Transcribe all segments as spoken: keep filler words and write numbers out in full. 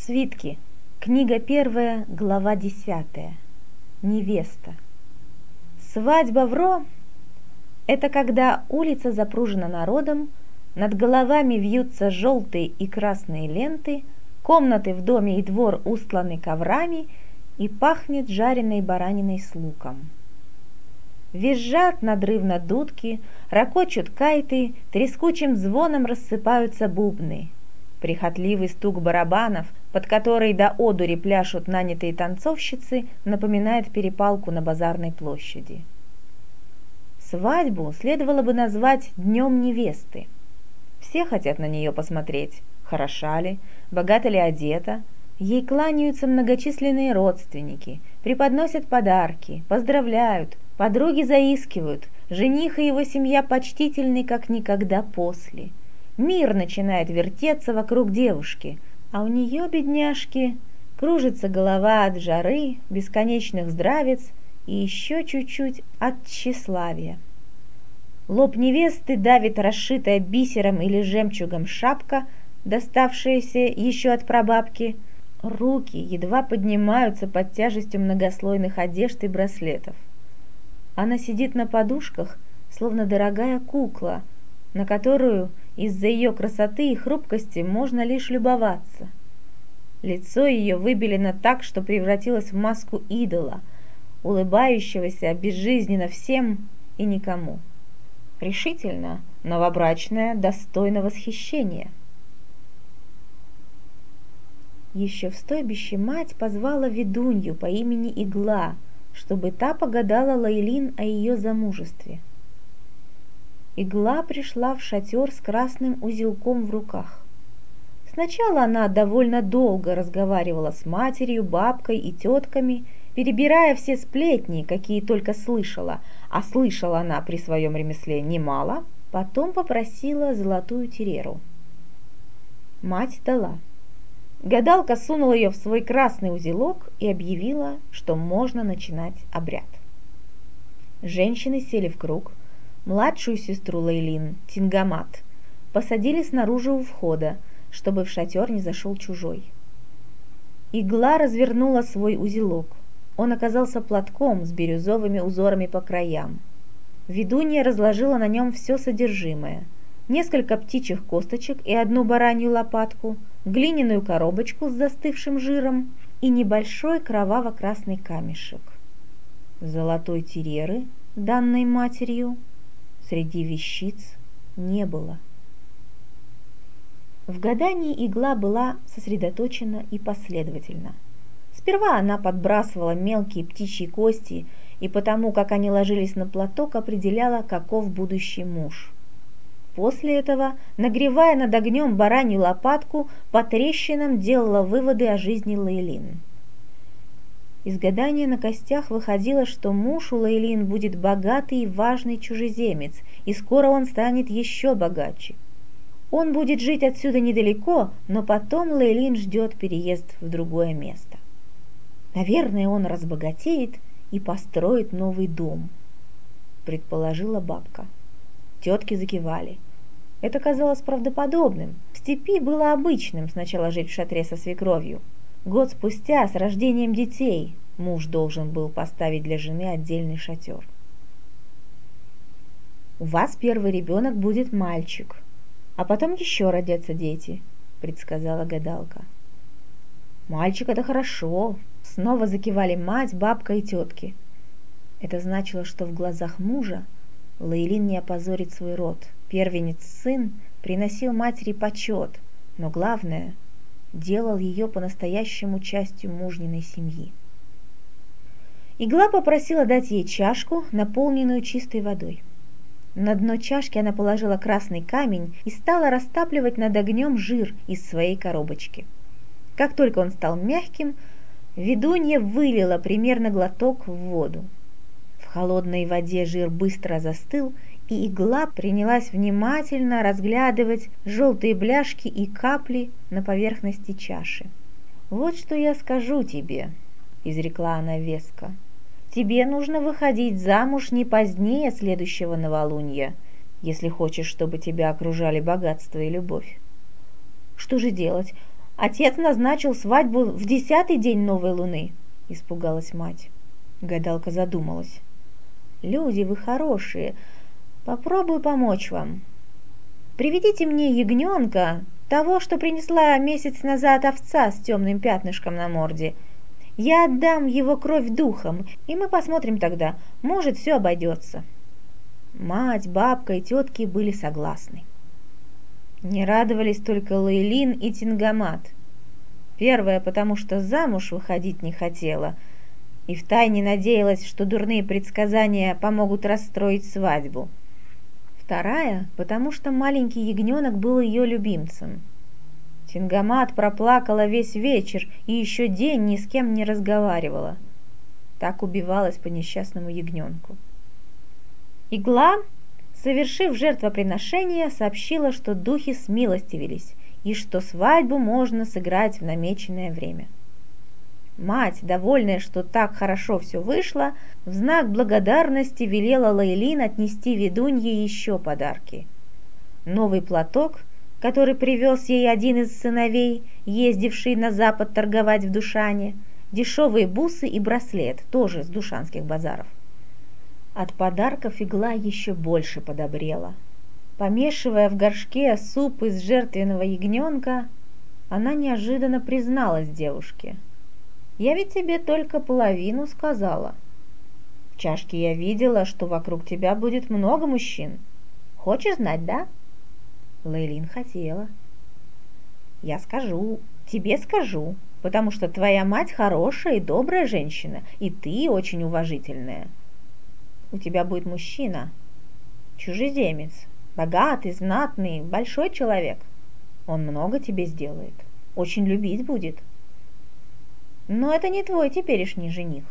Свитки. Книга первая, глава десятая. Невеста. Свадьба в Ро – это когда улица запружена народом, над головами вьются желтые и красные ленты, комнаты в доме и двор устланы коврами и пахнет жареной бараниной с луком. Визжат надрывно дудки, ракочут кайты, трескучим звоном рассыпаются бубны. Прихотливый стук барабанов, под который до одури пляшут нанятые танцовщицы, напоминает перепалку на базарной площади. Свадьбу следовало бы назвать Днем невесты. Все хотят на нее посмотреть, хороша ли, богато ли одета. Ей кланяются многочисленные родственники, преподносят подарки, поздравляют, подруги заискивают, жених и его семья почтительны как никогда после. Мир начинает вертеться вокруг девушки, а у нее, бедняжки, кружится голова от жары, бесконечных здравиц и еще чуть-чуть от тщеславия. Лоб невесты давит расшитая бисером или жемчугом шапка, доставшаяся еще от прабабки. Руки едва поднимаются под тяжестью многослойных одежд и браслетов. Она сидит на подушках, словно дорогая кукла, на которую из-за ее красоты и хрупкости можно лишь любоваться. Лицо ее выбелено так, что превратилось в маску идола, улыбающегося безжизненно всем и никому. Решительно, новобрачная достойна восхищения. Еще в стойбище мать позвала ведунью по имени Игла, чтобы та погадала Лейлин о ее замужестве. Игла пришла в шатер с красным узелком в руках. Сначала она довольно долго разговаривала с матерью, бабкой и тетками, перебирая все сплетни, какие только слышала, а слышала она при своем ремесле немало, потом попросила золотую тиреру. Мать дала. Гадалка сунула ее в свой красный узелок и объявила, что можно начинать обряд. Женщины сели в круг. Младшую сестру Лейлин, Тингамат, посадили снаружи у входа, чтобы в шатер не зашел чужой. Игла развернула свой узелок. Он оказался платком с бирюзовыми узорами по краям. Ведунья разложила на нем все содержимое: несколько птичьих косточек и одну баранью лопатку, глиняную коробочку с застывшим жиром и небольшой кроваво-красный камешек. Золотой тиреры, данной матерью, среди вещиц не было. В гадании Игла была сосредоточена и последовательна. Сперва она подбрасывала мелкие птичьи кости и потому, как они ложились на платок, определяла, каков будущий муж. После этого, нагревая над огнем баранью лопатку, по трещинам делала выводы о жизни Лейлин. Из гадания на костях выходило, что муж у Лейлин будет богатый и важный чужеземец, и скоро он станет еще богаче. Он будет жить отсюда недалеко, но потом Лейлин ждет переезд в другое место. Наверное, он разбогатеет и построит новый дом, предположила бабка. Тетки закивали. Это казалось правдоподобным. В степи было обычным сначала жить в шатре со свекровью. Год спустя, с рождением детей, муж должен был поставить для жены отдельный шатер. «У вас первый ребенок будет мальчик, а потом еще родятся дети», — предсказала гадалка. «Мальчик — это хорошо», — снова закивали мать, бабка и тетки. Это значило, что в глазах мужа Лейлин не опозорит свой род. Первенец-сын приносил матери почет, но главное — делал ее по-настоящему частью мужниной семьи. Игла попросила дать ей чашку, наполненную чистой водой. На дно чашки она положила красный камень и стала растапливать над огнем жир из своей коробочки. Как только он стал мягким, ведунья вылила примерно глоток в воду. В холодной воде жир быстро застыл, и Игла принялась внимательно разглядывать желтые бляшки и капли на поверхности чаши. «Вот что я скажу тебе», — изрекла она веско. «Тебе нужно выходить замуж не позднее следующего новолуния, если хочешь, чтобы тебя окружали богатство и любовь». «Что же делать? Отец назначил свадьбу в десятый день новой луны, испугалась мать. Гадалка задумалась. Люди вы хорошие, попробую помочь вам. Приведите мне ягненка, того, что принесла месяц назад овца с темным пятнышком на морде. Я отдам его кровь духом, и мы посмотрим тогда, может, все обойдется. Мать, бабка и тетки были согласны. Не радовались только Лейлин и Тингамат. Первая, потому что замуж выходить не хотела, и втайне надеялась, что дурные предсказания помогут расстроить свадьбу. Вторая, потому что маленький ягненок был ее любимцем. Тингамат проплакала весь вечер и еще день ни с кем не разговаривала. Так убивалась по несчастному ягненку. Игла, совершив жертвоприношение, сообщила, что духи смилостивились и что свадьбу можно сыграть в намеченное время. Мать, довольная, что так хорошо все вышло, в знак благодарности велела Лейлин отнести ведунье еще подарки. Новый платок, который привез ей один из сыновей, ездивший на запад торговать в Душане, дешевые бусы и браслет, тоже с душанских базаров. От подарков Игла еще больше подобрела. Помешивая в горшке суп из жертвенного ягненка, она неожиданно призналась девушке. «Я ведь тебе только половину сказала. В чашке я видела, что вокруг тебя будет много мужчин. Хочешь знать, да?» Лейлин хотела. «Я скажу, тебе скажу, потому что твоя мать хорошая и добрая женщина, и ты очень уважительная. У тебя будет мужчина, чужеземец, богатый, знатный, большой человек. Он много тебе сделает, очень любить будет. Но это не твой теперешний жених.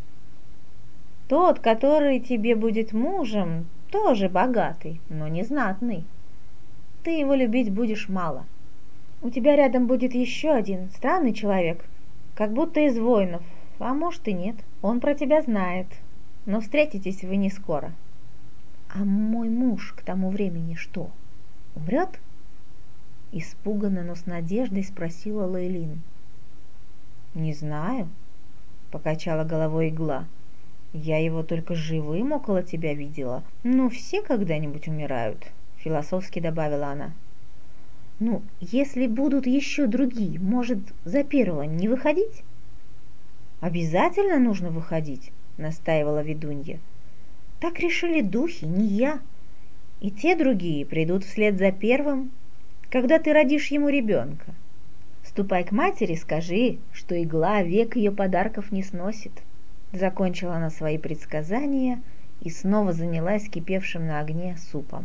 Тот, который тебе будет мужем, тоже богатый, но не знатный. Ты его любить будешь мало. У тебя рядом будет еще один странный человек, как будто из воинов, а может и нет. Он про тебя знает, но встретитесь вы не скоро. А мой муж к тому времени что, умрет?» Испуганно, но с надеждой спросила Лейлин. «Не знаю», — покачала головой Игла. «Я его только живым около тебя видела. Но все когда-нибудь умирают», — философски добавила она. «Ну, если будут еще другие, может, за первого не выходить?» «Обязательно нужно выходить», — настаивала ведунья. «Так решили духи, не я. И те другие придут вслед за первым, когда ты родишь ему ребенка. Ступай к матери, скажи, что Игла век ее подарков не сносит». Закончила она свои предсказания и снова занялась кипевшим на огне супом.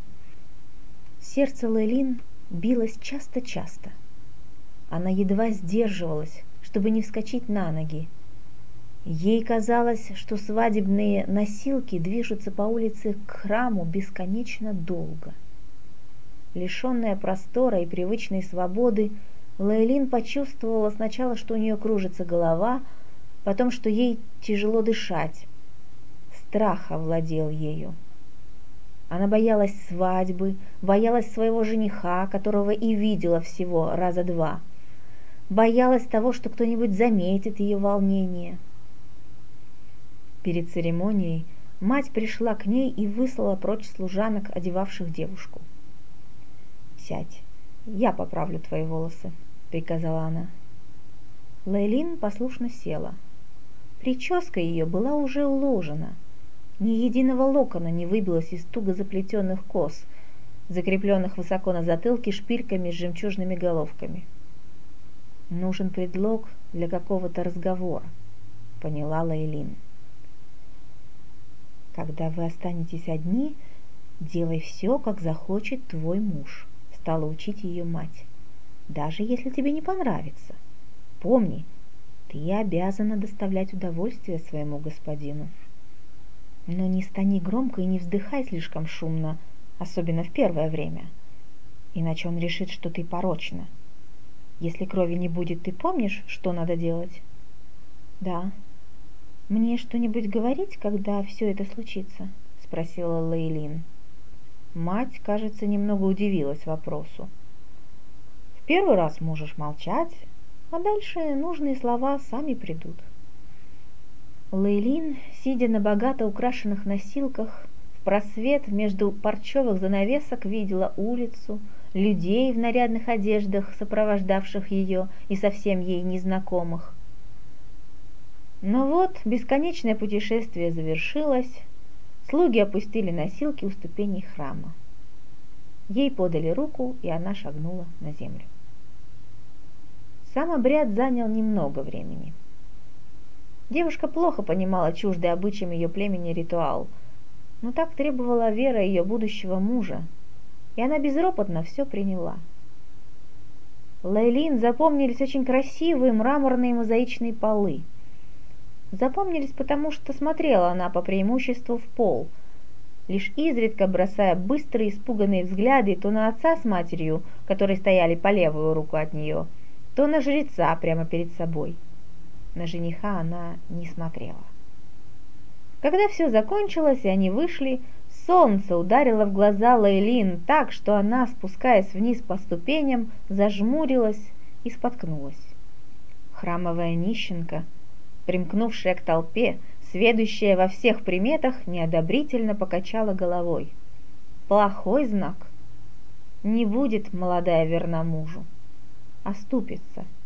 Сердце Лейлин билось часто-часто. Она едва сдерживалась, чтобы не вскочить на ноги. Ей казалось, что свадебные носилки движутся по улице к храму бесконечно долго. Лишенная простора и привычной свободы, Лейлин почувствовала сначала, что у нее кружится голова, потом, что ей тяжело дышать. Страх овладел ею. Она боялась свадьбы, боялась своего жениха, которого и видела всего раза два. Боялась того, что кто-нибудь заметит ее волнение. Перед церемонией мать пришла к ней и выслала прочь служанок, одевавших девушку. «Сядь, я поправлю твои волосы», — приказала она. Лейлин послушно села. Прическа ее была уже уложена. Ни единого локона не выбилось из туго заплетенных кос, закрепленных высоко на затылке шпильками с жемчужными головками. «Нужен предлог для какого-то разговора», — поняла Лейлин. «Когда вы останетесь одни, делай все, как захочет твой муж», — стала учить ее мать. «Даже если тебе не понравится. Помни, ты обязана доставлять удовольствие своему господину. Но не стани громко и не вздыхай слишком шумно, особенно в первое время, иначе он решит, что ты порочна. Если крови не будет, ты помнишь, что надо делать?» «Да. Мне что-нибудь говорить, когда все это случится?» — спросила Лейлин. Мать, кажется, немного удивилась вопросу. В первый раз можешь молчать, а дальше нужные слова сами придут. Лейлин, сидя на богато украшенных носилках, в просвет между парчевых занавесок видела улицу, людей в нарядных одеждах, сопровождавших ее и совсем ей незнакомых. Но вот бесконечное путешествие завершилось, слуги опустили носилки у ступеней храма. Ей подали руку, и она шагнула на землю. Сам обряд занял немного времени. Девушка плохо понимала чуждый обычаям ее племени ритуал, но так требовала вера ее будущего мужа, и она безропотно все приняла. Лейлин запомнились очень красивые мраморные мозаичные полы. Запомнились потому, что смотрела она по преимуществу в пол, лишь изредка бросая быстрые испуганные взгляды то на отца с матерью, которые стояли по левую руку от нее, то на жреца прямо перед собой. На жениха она не смотрела. Когда все закончилось и они вышли, солнце ударило в глаза Лейлин так, что она, спускаясь вниз по ступеням, зажмурилась и споткнулась. Храмовая нищенка, примкнувшая к толпе, сведущая во всех приметах, неодобрительно покачала головой. Плохой знак. Не будет молодая верна мужу, оступится.